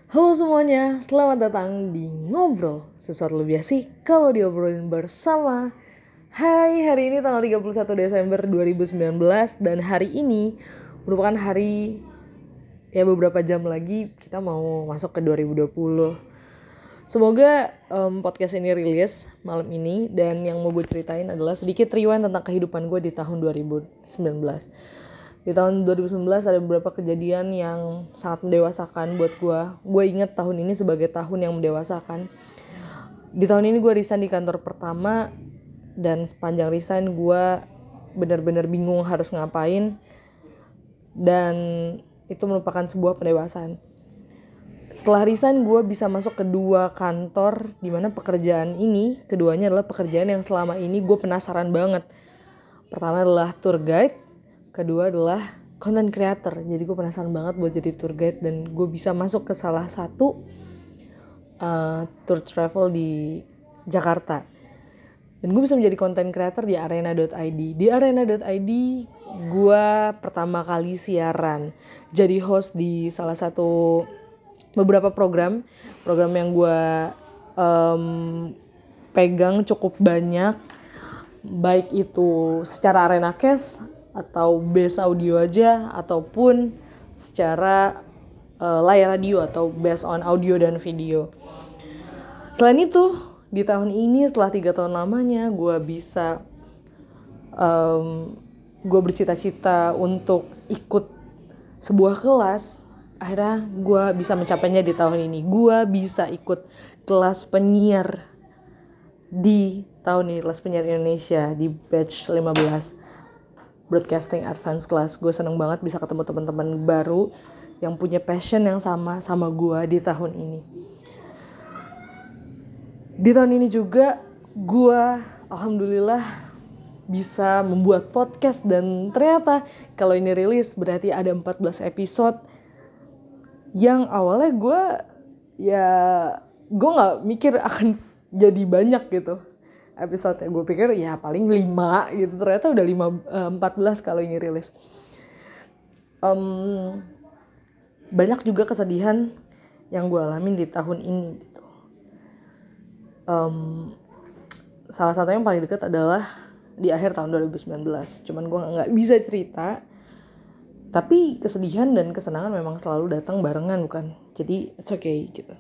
Halo semuanya, selamat datang di Ngobrol. Sesuatu lebih asik kalau diobrolin bersama. Hai, hari ini tanggal 31 Desember 2019 dan hari ini merupakan hari beberapa jam lagi kita mau masuk ke 2020. Semoga podcast ini rilis malam ini dan yang mau gue ceritain adalah sedikit rewind tentang kehidupan gue di tahun 2019. Di tahun 2019 ada beberapa kejadian yang sangat mendewasakan buat gue. Gue inget tahun ini sebagai tahun yang mendewasakan. Di tahun ini gue resign di kantor pertama dan sepanjang resign gue benar-benar bingung harus ngapain dan itu merupakan sebuah pendewasaan. Setelah resign gue bisa masuk ke dua kantor di mana pekerjaan ini keduanya adalah pekerjaan yang selama ini gue penasaran banget. Pertama adalah tour guide, kedua adalah content creator. Jadi gue penasaran banget buat jadi tour guide dan gue bisa masuk ke salah satu tour travel di Jakarta. Dan gue bisa menjadi content creator di arena.id. Di arena.id gue pertama kali siaran. Jadi host di salah satu beberapa program yang gue pegang cukup banyak. Baik itu secara arena cast atau base audio aja ataupun secara layar radio atau based on audio dan video. Selain itu di tahun ini setelah 3 tahun lamanya gue bisa gue bercita-cita untuk ikut sebuah kelas. Akhirnya gue bisa mencapainya di tahun ini. Gue bisa ikut kelas penyiar di tahun ini, kelas penyiar Indonesia di batch 15 Broadcasting Advanced Class. Gue seneng banget bisa ketemu teman-teman baru yang punya passion yang sama gue di tahun ini. Di tahun ini juga gue alhamdulillah bisa membuat podcast dan ternyata kalau ini rilis berarti ada 14 episode yang awalnya gue gak mikir akan jadi banyak gitu episode. Gue pikir ya paling 5 gitu, ternyata udah 14 kalau ini rilis. Banyak juga kesedihan yang gue alamin di tahun ini gitu. Salah satu yang paling dekat adalah di akhir tahun 2019. Cuman gue gak bisa cerita. Tapi kesedihan dan kesenangan memang selalu datang barengan bukan? Jadi it's okay gitu.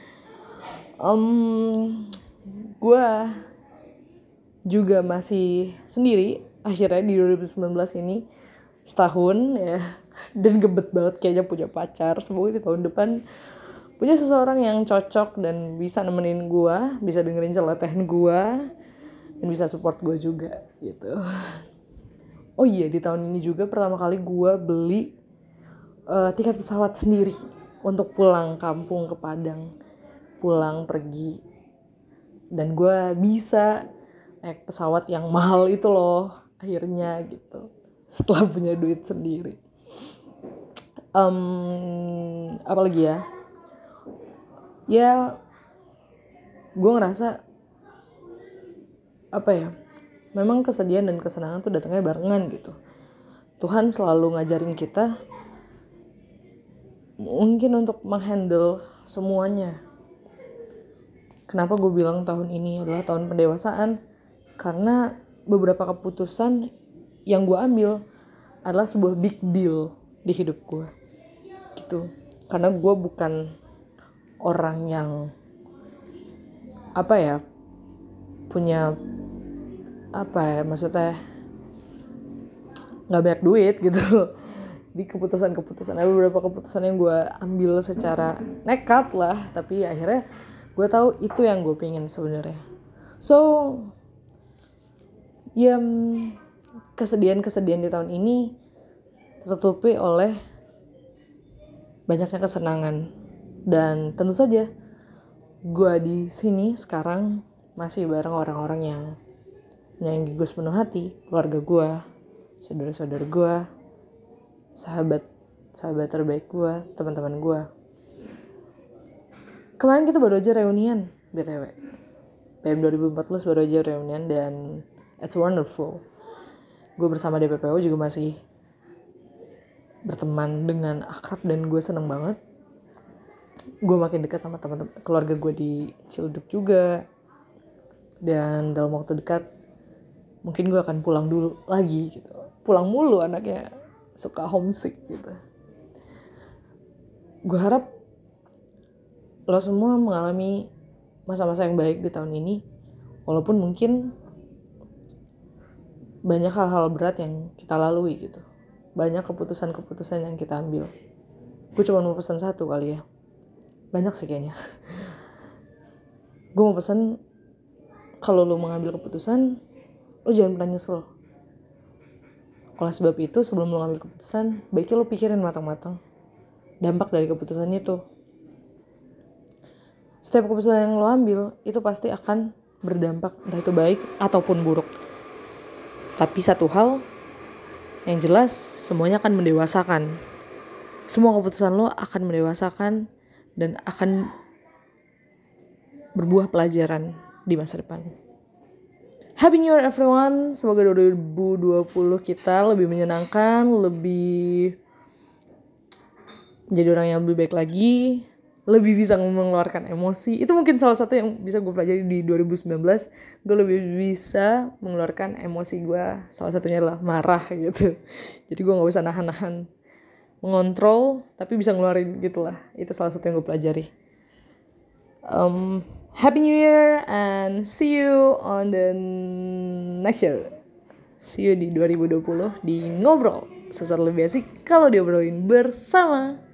Gue juga masih sendiri akhirnya di 2019 ini setahun ya. Dan gebet banget kayaknya punya pacar. Semoga di tahun depan punya seseorang yang cocok dan bisa nemenin gue, bisa dengerin celotehan gue, dan bisa support gue juga gitu. Oh iya, di tahun ini juga pertama kali gue beli tiket pesawat sendiri untuk pulang kampung ke Padang, pulang pergi. Dan gue bisa naik pesawat yang mahal itu loh akhirnya gitu, setelah punya duit sendiri. Apalagi ya gue ngerasa memang kesedihan dan kesenangan tuh datangnya barengan gitu. Tuhan selalu ngajarin kita mungkin untuk menghandle semuanya. Kenapa gue bilang tahun ini adalah tahun pendewasaan? Karena beberapa keputusan yang gue ambil adalah sebuah big deal di hidup gue gitu. Karena gue bukan orang yang punya maksudnya nggak banyak duit gitu. Di keputusan ada beberapa keputusan yang gue ambil secara nekat lah, tapi akhirnya gue tahu itu yang gue pengen sebenarnya. So kesedihan di tahun ini tertutupi oleh banyaknya kesenangan. Dan tentu saja gue di sini sekarang masih bareng orang-orang yang menyayangi gue sepenuh hati, keluarga gue, saudara-saudara gue, sahabat terbaik gue, teman-teman gue. Kemarin kita baru aja reunian, BTW. PM 2014 baru aja reunian dan it's wonderful. Gue bersama DPPO juga masih berteman dengan akrab dan gue seneng banget. gue makin dekat sama teman-teman keluarga gue di Ciledug juga. Dan dalam waktu dekat mungkin gue akan pulang dulu lagi gitu. Pulang mulu anaknya, suka homesick gitu. Gue harap lo semua mengalami masa-masa yang baik di tahun ini, walaupun mungkin banyak hal-hal berat yang kita lalui gitu. Banyak keputusan-keputusan yang kita ambil. Gue cuma mau pesan satu kali ya. Banyak sih kayaknya. Gue mau pesan, kalau lo mengambil keputusan, lo jangan pernah nyesel. Oleh sebab itu, sebelum lo ngambil keputusan, baiknya lo pikirin matang-matang dampak dari keputusan itu. Setiap keputusan yang lo ambil, itu pasti akan berdampak, entah itu baik ataupun buruk. Tapi satu hal yang jelas, semuanya akan mendewasakan. Semua keputusan lo akan mendewasakan dan akan berbuah pelajaran di masa depan. Happy New Year everyone. Semoga 2020 kita lebih menyenangkan, lebih menjadi orang yang lebih baik lagi, lebih bisa mengeluarkan emosi. Itu mungkin salah satu yang bisa gue pelajari di 2019. Gue lebih bisa mengeluarkan emosi gue. Salah satunya adalah marah gitu. Jadi gue gak usah nahan-nahan, mengontrol, tapi bisa ngeluarin gitu lah. Itu salah satu yang gue pelajari. Happy New Year and see you on the next year. See you di 2020 di Ngobrol. Sesuatu lebih asik kalau diobrolin bersama.